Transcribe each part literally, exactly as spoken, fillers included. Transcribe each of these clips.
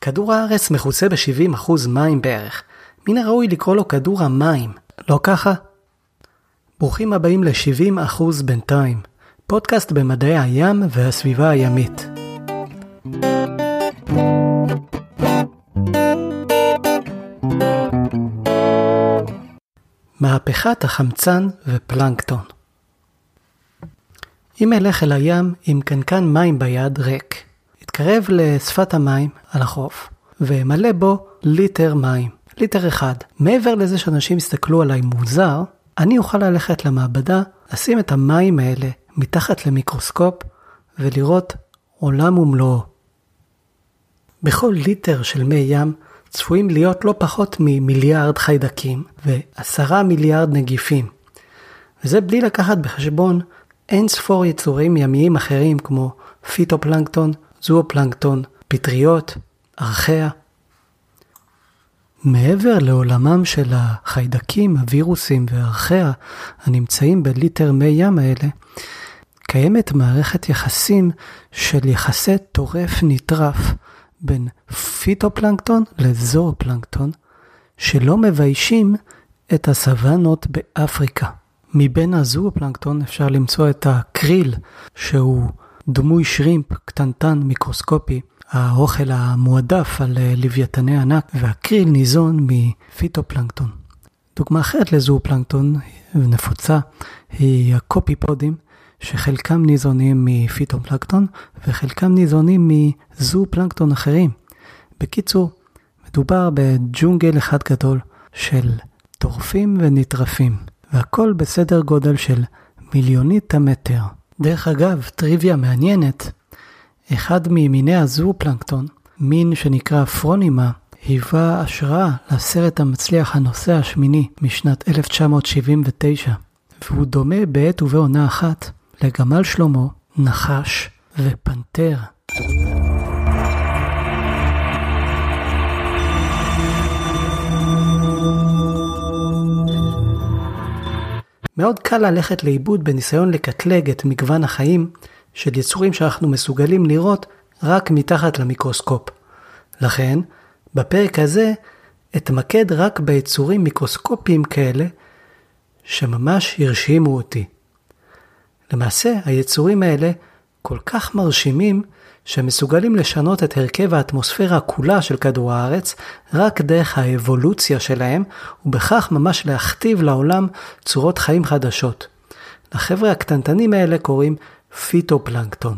כדור הארץ מכוסה ב-שבעים אחוז מים בערך. מן הראוי לקרוא לו כדור המים, לא ככה? ברוכים הבאים ל-שבעים אחוז בינתיים, פודקאסט במדעי הים והסביבה הימית. מהפכת החמצן ופלנקטון. אם אלך אל הים עם קנקן מים ביד ריק, התקרב לשפת המים על החוף, ומלא בו ליטר מים, ליטר אחד. מעבר לזה שאנשים יסתכלו עליי מוזר, אני אוכל ללכת למעבדה, לשים את המים האלה מתחת למיקרוסקופ, ולראות עולם ומלואו. בכל ליטר של מי ים צפויים להיות לא פחות ממיליארד חיידקים ועשרה מיליארד נגיפים. וזה בלי לקחת בחשבון אין ספור יצורים ימיים אחרים כמו פיטופלנקטון, זואופלנקטון, פטריות, ארכיה. מעבר לעולמם של החיידקים, הווירוסים וארכיה הנמצאים בליטר מי ים האלה, קיימת מערכת יחסים של יחסי טורף נטרף בין פיטופלנקטון לזואופלנקטון, שלא מביישים את הסוואנות באפריקה. מבין הזואופלנקטון אפשר למצוא את הקריל, שהוא דמוי שרימפ קטנטן מיקרוסקופי, האוכל המועדף על לוויתני ענק, והקריל ניזון מפיטופלנקטון. דוגמה אחרת לזואופלנקטון נפוצה היא הקופיפודים, שחלקם ניזונים מפיטופלנקטון וחלקם ניזונים מזואופלנקטון אחרים. בקיצור, מדובר בג'ונגל אחד גדול של טורפים ונטרפים, והכל בסדר גודל של מיליונית המטר. דרך אגב, טריוויה מעניינת, אחד ממיני הזואופלנקטון, מין שנקרא פרונימה, היווה השראה לסרט המצליח הנוסע השמיני משנת אלף תשע מאות שבעים ותשע, והוא דומה בעת ובעונה אחת לגמל שלמה, נחש ופנתר. מאוד קל ללכת לאיבוד בניסיון לקטלג את מגוון החיים של יצורים שאנחנו מסוגלים לראות רק מתחת למיקרוסקופ. לכן, בפרק הזה אתמקד רק ביצורים מיקרוסקופיים כאלה שממש הרשימו אותי. למעשה, היצורים האלה כל כך מרשימים שמסוגלים לשנות את הרכב האטמוספירה כולה של כדור הארץ רק דרך האבולוציה שלהם, ובכך ממש להכתיב לעולם צורות חיים חדשות. לחבר'ה הקטנטנים האלה קוראים פיטופלנקטון.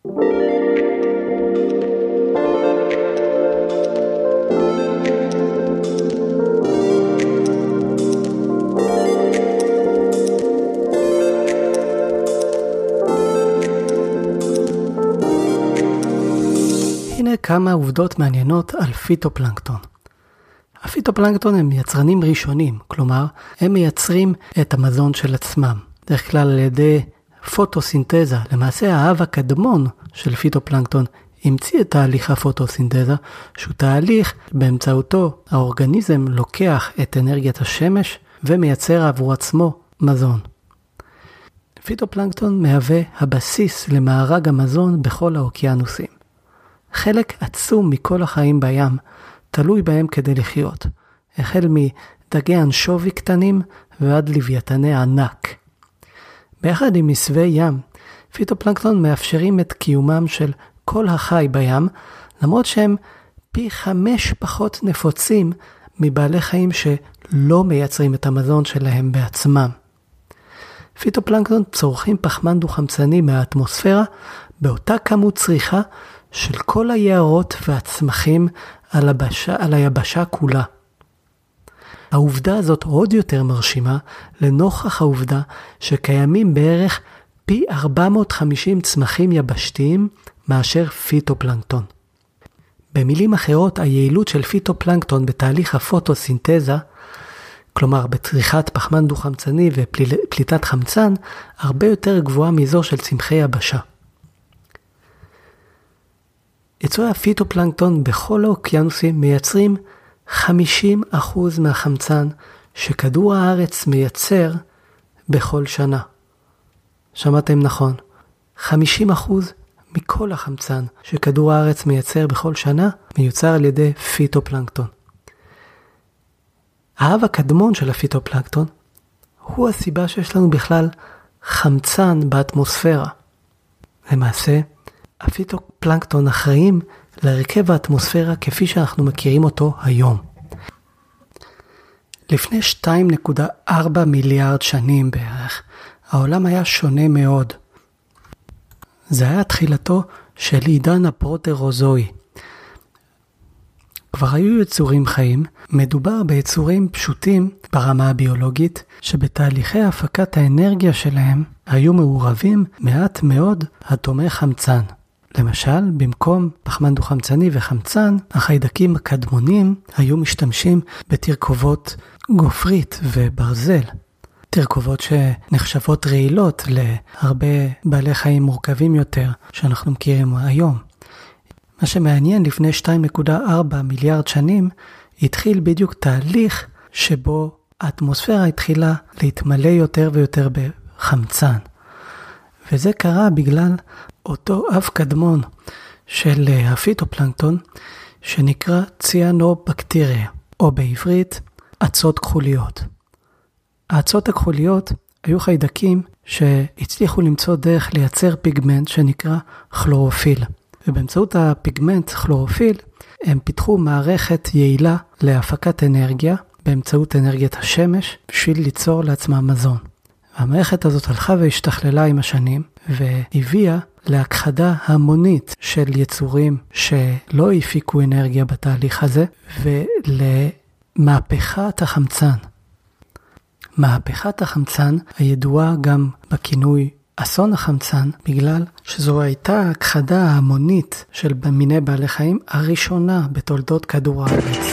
הנה כמה עובדות מעניינות על פיטופלנקטון. הפיטופלנקטון הם יצרנים ראשונים, כלומר, הם מייצרים את המזון של עצמם. דרך כלל על ידי פוטוסינתזה. למעשה האב הקדמון של פיטופלנקטון המציא את תהליך הפוטוסינתזה, שהוא תהליך באמצעותו האורגניזם לוקח את אנרגיית השמש ומייצר עבור עצמו מזון. פיטופלנקטון מהווה הבסיס למארג המזון בכל האוקיינוסים. חלק עצום מכל החיים בים תלוי בהם כדי לחיות, החל מדגי אנשובי קטנים ועד לוויתני ענק. ביחד עם מסווי ים, פיטופלנקטון מאפשרים את קיומם של כל החי בים, למרות שהם פי חמש פחות נפוצים מבעלי חיים שלא מייצרים את המזון שלהם בעצמם. פיטופלנקטון צורכים פחמן דו-חמצני מהאטמוספירה באותה כמות צריכה של כל היערות והצמחים על, הבשה, על היבשה כולה. העובדה הזאת עוד יותר מרשימה לנוכח העובדה שקיימים בערך פי ארבע מאות וחמישים צמחים יבשתיים מאשר פיטופלנקטון. במילים אחרות, היעילות של פיטופלנקטון בתהליך הפוטוסינתזה, כלומר בצריכת פחמן דו-חמצני ופליטת חמצן, הרבה יותר גבוהה מזו של צמחי יבשה. יצורי הפיטופלנקטון בכל האוקיינוסים מייצרים חמישים אחוז מהחמצן שכדור הארץ מייצר בכל שנה. שמעתם נכון, חמישים אחוז מכל החמצן שכדור הארץ מייצר בכל שנה, מיוצר על ידי פיטופלנקטון. האב הקדמון של הפיטופלנקטון הוא הסיבה שיש לנו בכלל חמצן באטמוספירה. למעשה, הפיטופלנקטון אחראים להרכב האטמוספירה כפי שאנחנו מכירים אותו היום. לפני שתיים נקודה ארבע מיליארד שנים בערך, העולם היה שונה מאוד. זה היה תחילתו של עידן הפרוטרוזואי. כבר היו יצורים חיים, מדובר ביצורים פשוטים ברמה הביולוגית, שבתהליכי הפקת האנרגיה שלהם היו מעורבים מעט מאוד אטומי חמצן. למשל, במקום פחמן דו-חמצני וחמצן, החיידקים הקדמונים היו משתמשים בתרכובות גופרית וברזל. תרכובות שנחשבות רעילות להרבה בעלי חיים מורכבים יותר שאנחנו מכירים היום. מה שמעניין, לפני שתיים נקודה ארבע מיליארד שנים התחיל בדיוק תהליך שבו האטמוספירה התחילה להתמלא יותר ויותר בחמצן. וזה קרה בגלל אותו אב קדמון של הפיטופלנקטון שנקרא ציאנובקטריה, או בעברית אצות כחוליות. האצות הכחוליות היו חיידקים שהצליחו למצוא דרך לייצר פיגמנט שנקרא כלורופיל. ובאמצעות הפיגמנט כלורופיל הם פיתחו מערכת יעילה להפקת אנרגיה באמצעות אנרגיית השמש בשביל ליצור לעצמם מזון. המערכת הזאת הלכה והשתכללה עם השנים והביאה להכחדה המונית של יצורים שלא הפיקו אנרגיה בתהליך הזה ולמהפכת החמצן. מהפכת החמצן הידועה גם בכינוי אסון החמצן, בגלל שזו הייתה ההכחדה ההמונית של מיני בעלי חיים הראשונה בתולדות כדור הארץ.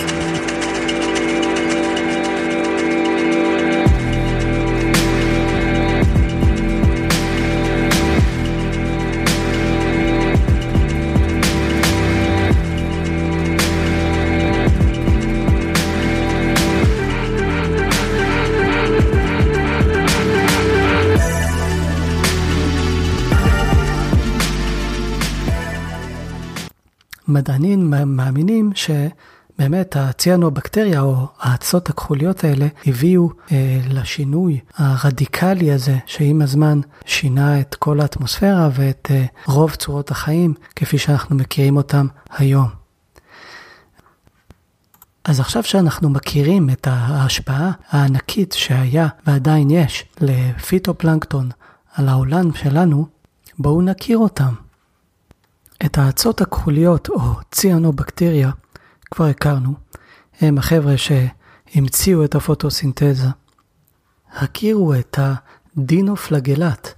מדענים מאמינים שבאמת הציאנובקטריה או האצות הכחוליות האלה הביאו אה, לשינוי הרדיקלי הזה שעם הזמן שינה את כל האטמוספירה ואת אה, רוב צורות החיים כפי שאנחנו מכירים אותם היום. אז עכשיו שאנחנו מכירים את ההשפעה הענקית שהיה ועדיין יש לפיטופלנקטון על העולם שלנו, בואו נכיר אותם. את האצות הכחוליות או ציאנובקטריה כבר הכרנו, הם החבר'ה שהמציאו את הפוטוסינתזה. הכירו את הדינופלגלט.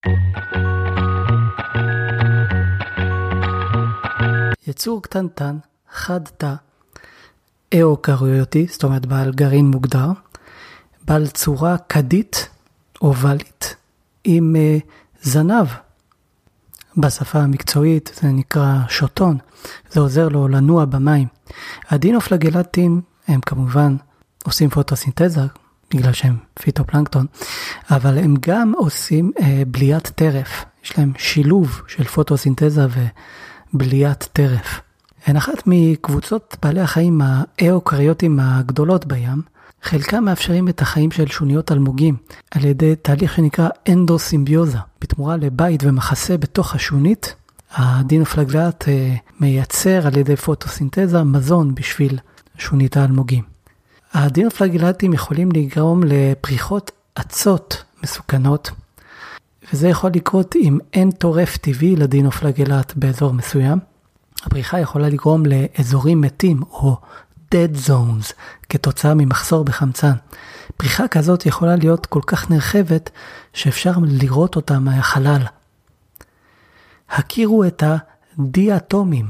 יצור קטנטן, חד תא, איוקריוטי, זאת אומרת בעל גרעין מוגדר, בעל צורה קדית, אובלית, עם uh, זנב. בשפה המקצועית זה נקרא שוטון, זה עוזר לו לנוע במים. הדינופלגלטים הם כמובן עושים פוטוסינתזה, בגלל שהם פיטופלנקטון, אבל הם גם עושים אה, בליית טרף. יש להם שילוב של פוטוסינתזה ובליית טרף. הן אחת מקבוצות בעלי החיים האיוקריוטים הגדולות בים, חלקם מאפשרים את החיים של שוניות אלמוגים על ידי תהליך שנקרא אנדוסימביוזה. בתמורה לבית ומחסה בתוך השונית, הדינופלגלט מייצר על ידי פוטוסינתזה מזון בשביל שונית האלמוגים. הדינופלגלטים יכולים לגרום לפריחות אצות מסוכנות, וזה יכול לקרות אם אין טורף טבעי לדינופלגלט באזור מסוים. הפריחה יכולה לגרום לאזורים מתים או dead zones כתוצאה ממחסור בחמצן. פריחה כזאת יכולה להיות כל כך נרחבת שאפשר לראות אותה מהחלל. הכירו את הדיאטומים.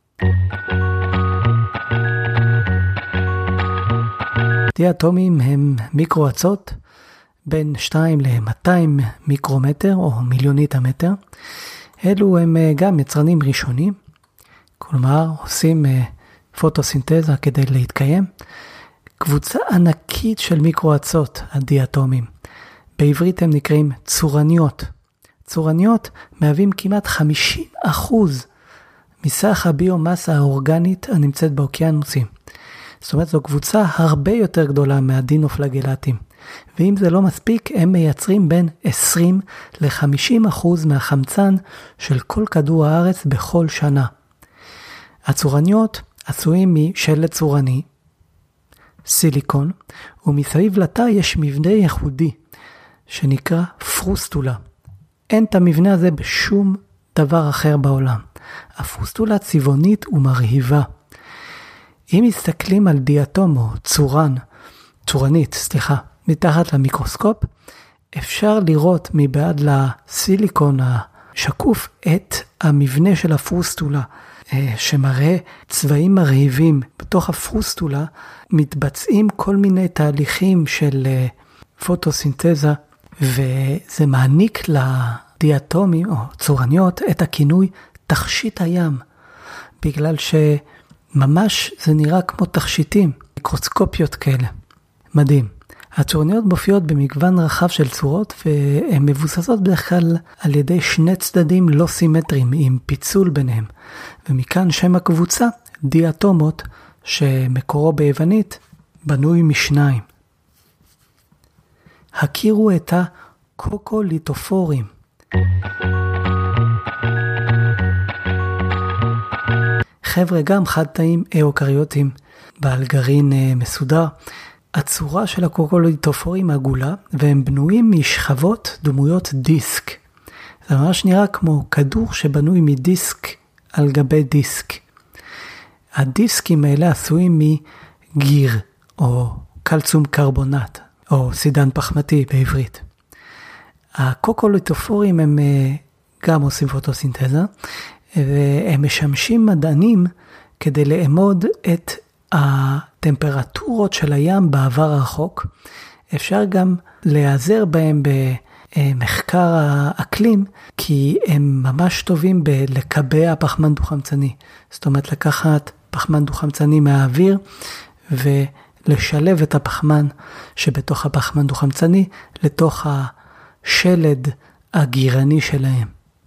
דיאטומים הם מיקרואצות בין שתיים ל-מאתיים מיקרומטר או מיליונית המטר. אלו הם גם יצרנים ראשונים, כלומר עושים פוטוסינתזה כדי להתקיים. קבוצה ענקית של מיקרואצות, הדיאטומים. בעברית הם נקראים צורניות. צורניות מהווים כמעט חמישים אחוז מסך הביומסה האורגנית הנמצאת באוקיינוסים. זאת אומרת, זו קבוצה הרבה יותר גדולה מהדינופלגלטים. ואם זה לא מספיק, הם מייצרים בין עשרים ל-חמישים אחוז מהחמצן של כל כדור הארץ בכל שנה. הצורניות עשויים משלד צורני, סיליקון, ומסביב לתא יש מבנה ייחודי שנקרא פרוסטולה. אין את המבנה הזה בשום דבר אחר בעולם. הפרוסטולה צבעונית ומרהיבה. אם מסתכלים על דיאטום או צורן, צורנית, סליחה, מתחת למיקרוסקופ, אפשר לראות מבעד לסיליקון השקוף את המבנה של הפרוסטולה, שמראה צבעים מרהיבים. בתוך הפרוסטולה מתבצעים כל מיני תהליכים של פוטוסינתזה, וזה מעניק לדיאטומים או צורניות את הכינוי תכשיט הים, בגלל שממש זה נראה כמו תכשיטים, מיקרוסקופיות כאלה. מדהים. הצורניות מופיעות במגוון רחב של צורות, והן מבוססות בדרך כלל על ידי שני צדדים לא סימטריים עם פיצול ביניהם. ומכאן שם הקבוצה, דיאטומות, שמקורו ביוונית בנוי משניים. הכירו את הקוקוליטופורים. חבר'ה גם חד תאים איוקריוטים, בעל גרעין מסודר. הצורה של הקוקוליטופורים עגולה, והם בנויים משכבות דמויות דיסק. זה ממש נראה כמו כדור שבנוי מדיסק על גבי דיסק. הדיסקים האלה עשויים מגיר, או קלציום קרבונט, או סידן פחמתי בעברית. הקוקוליטופורים הם גם עושים פוטוסינתזה, והם משמשים מדענים כדי לאמוד את הטמפרטורות של הים בעבר הרחוק. אפשר גם להיעזר בהם במחקר האקלים, כי הם ממש טובים בלקבע פחמן דו-חמצני. זאת אומרת, לקחת פחמן דו-חמצני מהאוויר, ולשלב את הפחמן שבתוך הפחמן דו-חמצני, לתוך השלד הגירני שלהם.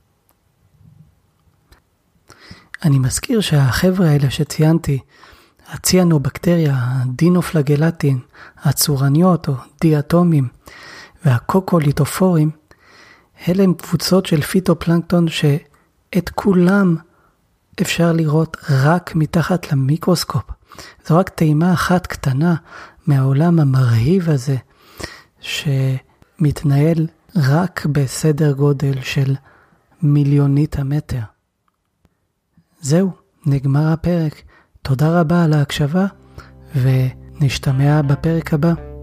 אני מזכיר שהחבר'ה האלה שציינתי, הציאנובקטריה, הדינופלגלטין, הצורניות או דיאטומים והקוקוליטופורים, אלה הם קבוצות של פיטופלנקטון שאת כולם אפשר לראות רק מתחת למיקרוסקופ. זו רק טעימה אחת קטנה מהעולם המרהיב הזה, שמתנהל רק בסדר גודל של מיליונית המטר. זהו, נגמר הפרק. תודה רבה על ההקשבה, ונשתמע בפרק הבא.